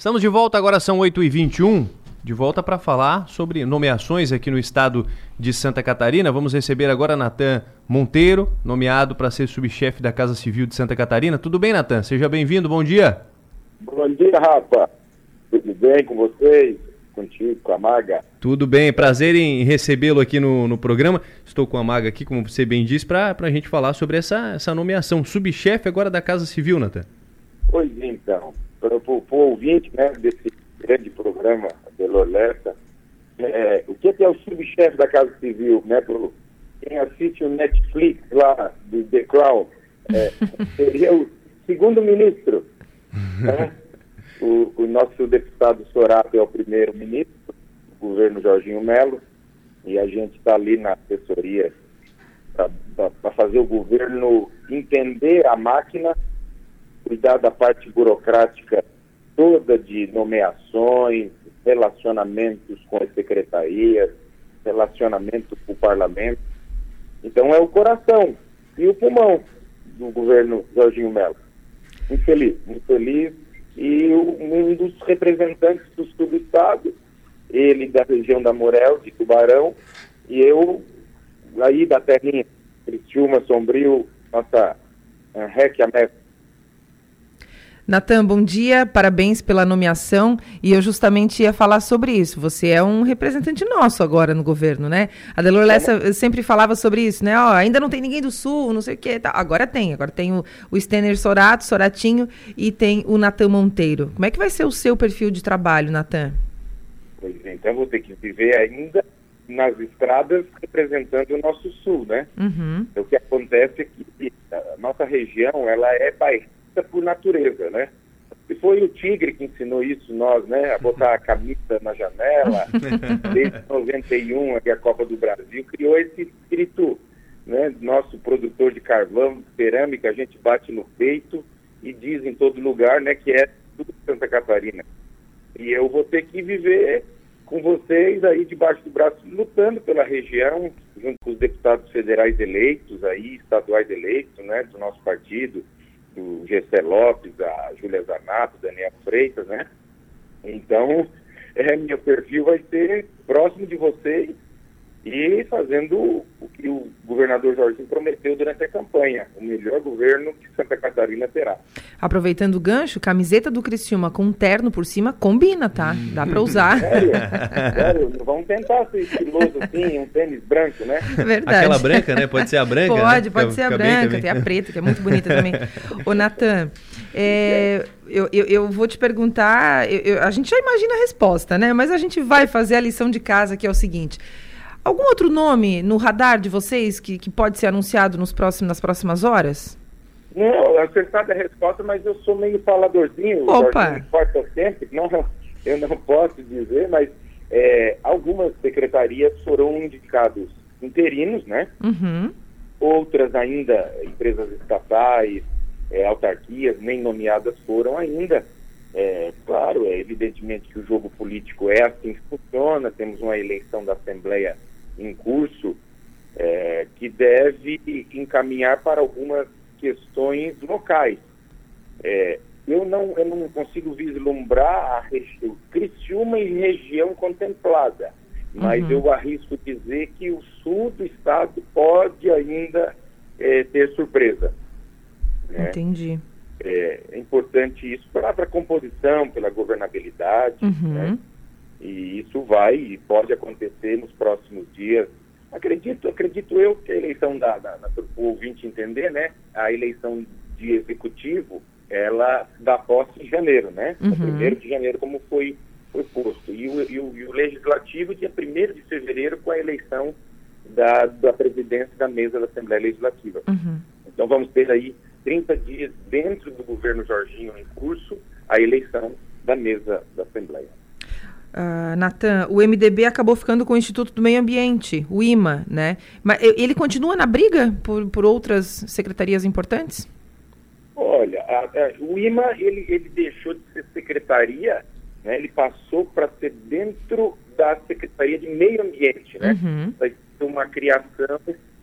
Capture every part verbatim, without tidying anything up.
Estamos de volta, agora são oito e vinte e um, de volta para falar sobre nomeações aqui no estado de Santa Catarina. Vamos receber agora Natan Monteiro, nomeado para ser subchefe da Casa Civil de Santa Catarina. Tudo bem, Natan? Seja bem-vindo, bom dia. Bom dia, Rafa. Tudo bem com vocês? Contigo, com a Maga? Tudo bem, prazer em recebê-lo aqui no, no programa. Estou com a Maga aqui, como você bem disse, para a gente falar sobre essa, essa nomeação. Subchefe agora da Casa Civil, Natan. Pois então, para o ouvinte, né, desse grande programa Delor Lessa, é, o que é, que é o subchefe da Casa Civil, né, pro, quem assiste o Netflix lá do The Crown, é, seria o segundo ministro, né? O, o nosso deputado Sorato é o primeiro ministro do governo Jorginho Melo, e a gente está ali na assessoria para fazer o governo entender a máquina, cuidar da parte burocrática toda de nomeações, relacionamentos com as secretarias, relacionamento com o parlamento. Então é o coração e o pulmão do governo Jorginho Melo. Muito feliz, muito feliz. E um dos representantes do sul do estado, ele da região da Morel, de Tubarão, e eu aí da terrinha, Criciúma, Sombrio, nossa uh, Réquia Mestre. Natan, bom dia, parabéns pela nomeação, e eu justamente ia falar sobre isso. Você é um representante nosso agora no governo, né? A Delor Lessa sempre falava sobre isso, né? Ó, ainda não tem ninguém do Sul, não sei o que, tá. Agora tem, agora tem o, o Stener Sorato, Soratinho, e tem o Natan Monteiro. Como é que vai ser o seu perfil de trabalho, Natan? Pois é, então vou ter que viver ainda nas estradas representando o nosso Sul, né? Uhum. O que acontece é que a nossa região, ela é bairrista por natureza, né? E foi o Tigre que ensinou isso nós, né? A botar a camisa na janela, desde noventa e um, a Copa do Brasil, criou esse espírito, né? Nosso produtor de carvão, cerâmica, a gente bate no peito e diz em todo lugar, né? Que é tudo Santa Catarina. E eu vou ter que viver com vocês aí debaixo do braço, lutando pela região, junto com os deputados federais eleitos aí, estaduais eleitos, né? Do nosso partido, do G C Lopes, a Júlia Zanato, Daniel Freitas, né? Então, é, meu perfil vai ser próximo de vocês e fazendo o que o governador Jorginho prometeu durante a campanha, o melhor governo que Santa Catarina terá. Aproveitando o gancho, camiseta do Criciúma com um terno por cima, combina, tá? Dá pra usar. Sério? Sério? Vamos tentar ser estiloso assim, um tênis branco, né? Verdade. Aquela branca, né? Pode ser a branca, Pode, né? pode Fica, ser a fica branca, tem a preta, que é muito bonita também. Ô, Natan, é, eu, eu, eu vou te perguntar, eu, eu, a gente já imagina a resposta, né? Mas a gente vai fazer a lição de casa, que é o seguinte: algum outro nome no radar de vocês que, que pode ser anunciado nos próximos, nas próximas horas? Não, acertada a resposta, mas eu sou meio faladorzinho. Opa! Importa sempre, não, eu não posso dizer, mas é, algumas secretarias foram indicados interinos, né? Uhum. Outras ainda, empresas estatais, é, autarquias, nem nomeadas foram ainda. É, claro, é evidentemente que o jogo político é assim que funciona, temos uma eleição da Assembleia em curso, é, que deve encaminhar para algumas questões locais. É, eu, não, eu não consigo vislumbrar a região, Criciúma e região contemplada, mas uhum. eu arrisco dizer que o sul do estado pode ainda é, ter surpresa. Né? Entendi. É, é importante isso para a composição, pela governabilidade, uhum. né? E isso vai e pode acontecer nos próximos dias. Acredito, acredito eu que a eleição da, da, da para o ouvinte entender, né? A eleição de executivo, ela dá posse em janeiro, né? Uhum. primeiro de janeiro, como foi, foi posto. E o, e, o, e o legislativo, dia primeiro de fevereiro, com a eleição da, da presidência da mesa da Assembleia Legislativa. Uhum. Então vamos ter aí trinta dias dentro do governo Jorginho em curso, a eleição da mesa da Assembleia. Uh, Natan, o M D B acabou ficando com o Instituto do Meio Ambiente, o I M A, né? Mas ele continua na briga por, por outras secretarias importantes? Olha, a, a, o I M A, ele, ele deixou de ser secretaria, né? Ele passou para ser dentro da Secretaria de Meio Ambiente, né? Uhum. Vai ser uma criação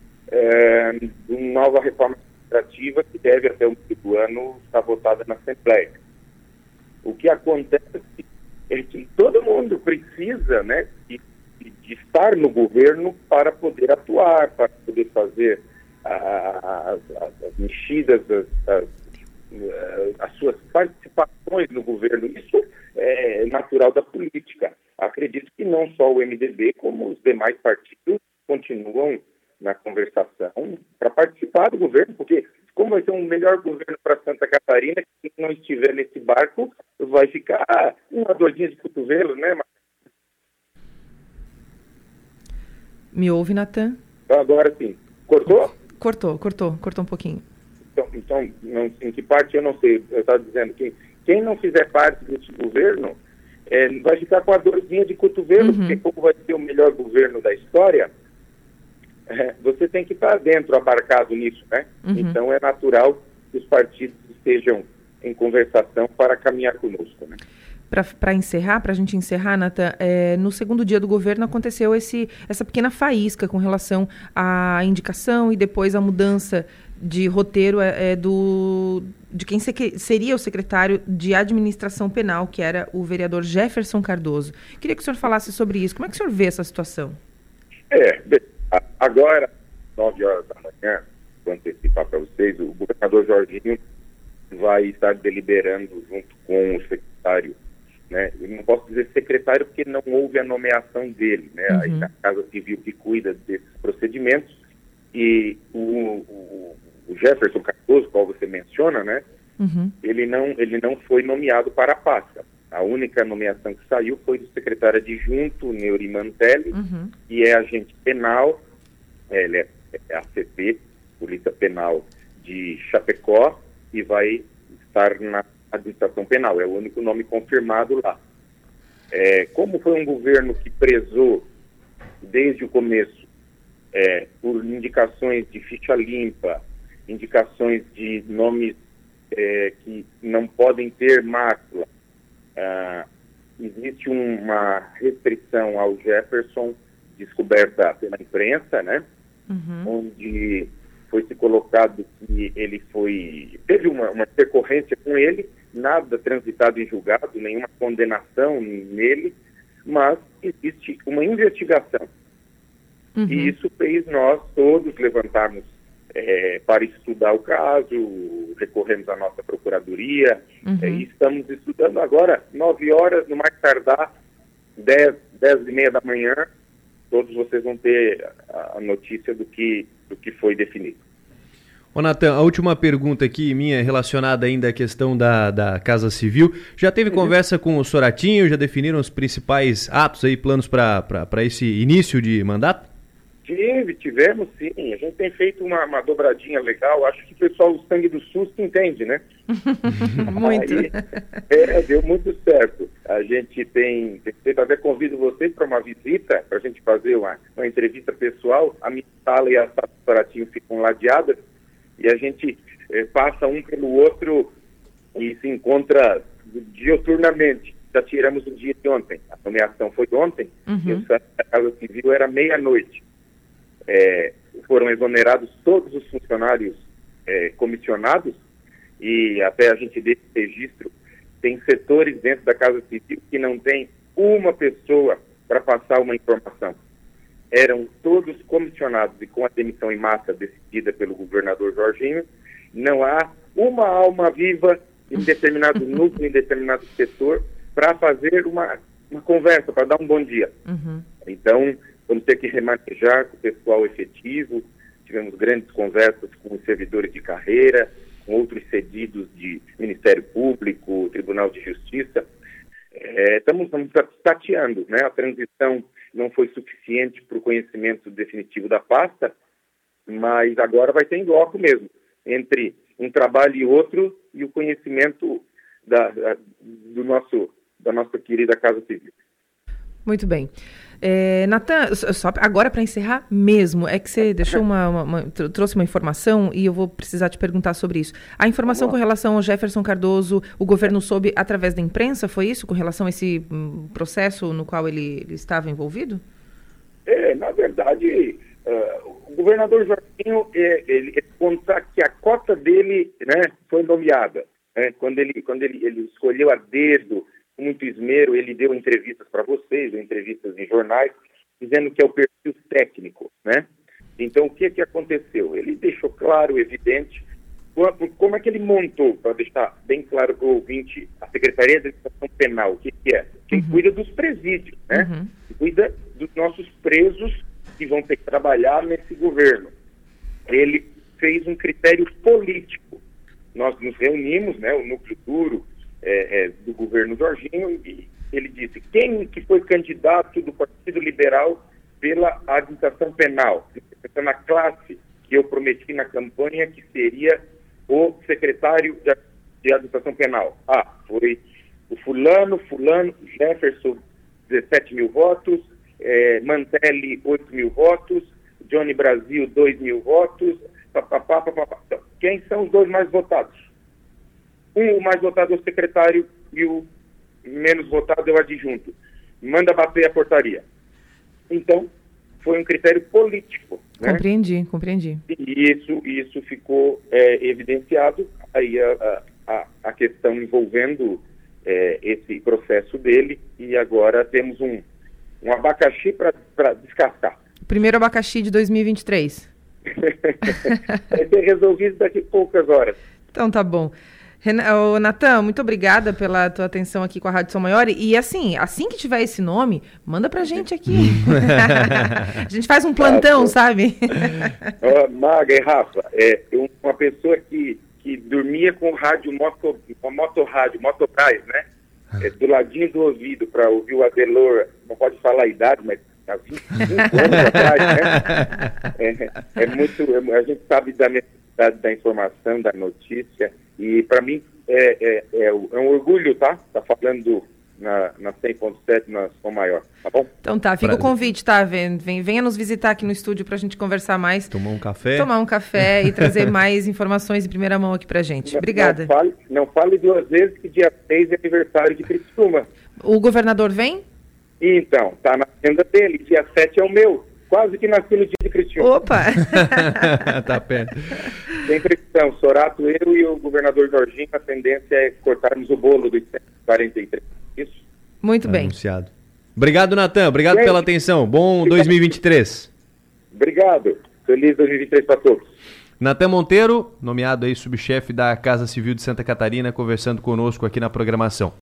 é, de uma nova reforma administrativa que deve até o fim do ano estar votada na Assembleia. O que acontece é que todo mundo precisa, né, de, de estar no governo para poder atuar, para poder fazer as, as, as mexidas, as, as, as suas participações no governo. Isso é natural da política. Acredito que não só o M D B, como os demais partidos continuam na conversação para participar do governo, porque como vai ser um melhor governo para Santa Catarina, quem não estiver nesse barco vai ficar uma dorzinha de cotovelo, né? Me ouve, Natan? Agora sim. Cortou? Cortou, cortou, cortou um pouquinho. Então, então não, em que parte eu não sei. Eu estava dizendo que quem não fizer parte desse governo é, vai ficar com a dorzinha de cotovelo, uhum. porque como vai ser o melhor governo da história, é, você tem que estar dentro, abarcado nisso, né? Uhum. Então é natural que os partidos estejam em conversação para caminhar conosco, né? Para encerrar, para a gente encerrar, Natan, é, no segundo dia do governo aconteceu esse, essa pequena faísca com relação à indicação e depois a mudança de roteiro é, é do, de quem se, seria o secretário de administração penal, que era o vereador Jefferson Cardoso. Queria que o senhor falasse sobre isso. Como é que o senhor vê essa situação? É, agora, nove horas da manhã, vou antecipar para vocês, o governador Jorginho vai estar deliberando junto com o secretário, né? Eu não posso dizer secretário porque não houve a nomeação dele, né? Uhum. Aí na Casa Civil que cuida desses procedimentos, e o, o, o Jefferson Cardoso, qual você menciona, né? Uhum. Ele não, ele não foi nomeado para a pasta. A única nomeação que saiu foi do secretário adjunto, Neuri Mantelli, uhum. que é agente penal, é, ele é, é A C P, Polícia Penal de Chapecó, e vai estar na administração penal. É o único nome confirmado lá. É, como foi um governo que prezou desde o começo é, por indicações de ficha limpa, indicações de nomes é, que não podem ter mácula, ah, existe uma restrição ao Jefferson descoberta pela imprensa, né? Uhum. Onde foi se colocado que ele foi... Teve uma, uma intercorrência com ele, nada transitado em julgado, nenhuma condenação nele, mas existe uma investigação. Uhum. E isso fez nós todos levantarmos é, para estudar o caso, recorremos à nossa procuradoria, uhum. é, e estamos estudando agora, nove horas, no mais tardar, dez, dez e meia da manhã, todos vocês vão ter a notícia do que, do que foi definido. Ô Natan, a última pergunta aqui minha relacionada ainda à questão da, da Casa Civil. Já teve uhum. conversa com o Soratinho? Já definiram os principais atos aí, planos para esse início de mandato? Tive, tivemos sim. A gente tem feito uma, uma dobradinha legal. Acho que o pessoal do sangue do susto entende, né? Muito. Aí, é, deu muito certo. A gente tem, tem feito, até convido vocês para uma visita, para a gente fazer uma, uma entrevista pessoal. A minha sala e a sala do Soratinho ficam ladeadas e a gente eh, passa um pelo outro e se encontra dioturnamente. Já tiramos o dia de ontem. A nomeação foi ontem, uhum. e o site da Casa Civil era meia-noite. É, foram exonerados todos os funcionários é, comissionados, e até a gente desse registro, tem setores dentro da Casa Civil que não tem uma pessoa para passar uma informação. Eram todos comissionados, e com a demissão em massa decidida pelo governador Jorginho, não há uma alma viva em determinado núcleo, em determinado setor, para fazer uma, uma conversa, para dar um bom dia. Uhum. Então, vamos ter que remanejar com o pessoal efetivo. Tivemos grandes conversas com os servidores de carreira, com outros cedidos de Ministério Público, Tribunal de Justiça. É, estamos, estamos tateando, né? A transição não foi suficiente para o conhecimento definitivo da pasta, mas agora vai ter em bloco mesmo, entre um trabalho e outro, e o conhecimento da, da, do nosso, da nossa querida Casa Civil. Muito bem. É, Natan, só agora para encerrar mesmo, é que você deixou uma, uma, uma, trouxe uma informação e eu vou precisar te perguntar sobre isso. A informação com relação ao Jefferson Cardoso, o governo soube através da imprensa, foi isso? Com relação a esse um, processo no qual ele, ele estava envolvido? É, na verdade, uh, o governador Jorginho, é, ele, ele conta que a cota dele, né, foi nomeada. né? Quando, ele, quando ele, ele escolheu a dedo, com muito esmero, ele deu entrevistas para vocês, deu entrevistas em jornais, dizendo que é o perfil técnico, né? Então, o que, que aconteceu? Ele deixou claro, evidente, como é que ele montou, para deixar bem claro para o ouvinte, a Secretaria de Administração Penal, o que, que é? Quem uhum. cuida dos presídios, né? Uhum. Cuida dos nossos presos que vão ter que trabalhar nesse governo. Ele fez um critério político. Nós nos reunimos, né, o núcleo duro é, é, do governo Jorginho, e ele disse, quem que foi candidato do Partido Liberal pela administração penal? Na classe que eu prometi na campanha que seria o secretário de, de administração penal. Ah, foi o fulano, fulano, Jefferson, dezessete mil votos, eh, Mantelli, oito mil votos, Johnny Brasil, dois mil votos, papapá, papapá. Então, quem são os dois mais votados? Um, o mais votado é o secretário e o menos votado é o adjunto. Manda bater a portaria. Então, foi um critério político. Né? Compreendi, compreendi. E isso, isso ficou é, evidenciado, aí a, a, a questão envolvendo é, esse processo dele, e agora temos um, um abacaxi para descascar. Primeiro abacaxi de dois mil e vinte e três. Vai ser resolvido daqui a poucas horas. Então tá bom. Ô, Natan, muito obrigada pela tua atenção aqui com a Rádio Som Maior. E assim, assim que tiver esse nome, manda pra gente aqui. A gente faz um plantão, ah, sabe? uh, Maga e Rafa, é, uma pessoa que, que dormia com rádio, moto, motorrádio, motobrais, né? É, do ladinho do ouvido para ouvir o Adelor, não pode falar a idade, mas há vinte e cinco anos atrás, né? É, é muito, é, a gente sabe da necessidade da informação, da notícia. E para mim é, é, é, é um orgulho, tá? Tá falando na, na cem ponto sete, na Som Maior, tá bom? Então tá, fica Prazer. O convite, tá? Vem, vem, venha nos visitar aqui no estúdio pra gente conversar mais. Tomar um café. Tomar um café e trazer mais informações em primeira mão aqui pra gente. Não, Obrigada. Não fale, não fale duas vezes que dia seis é aniversário de Criciúma. O governador vem? Então, tá na agenda dele, dia sete é o meu. Quase que nasci no dia de Criciúma. Opa! Tá perto. Tem pressão, Sorato, eu e o governador Jorginho, a tendência é cortarmos o bolo dos quarenta e três. Isso? Muito bem. Anunciado. Obrigado, Natan. Obrigado Gente, pela atenção. Bom dois mil e vinte e três. Obrigado. Feliz dois mil e vinte e três para todos. Natan Monteiro, nomeado aí subchefe da Casa Civil de Santa Catarina, conversando conosco aqui na programação.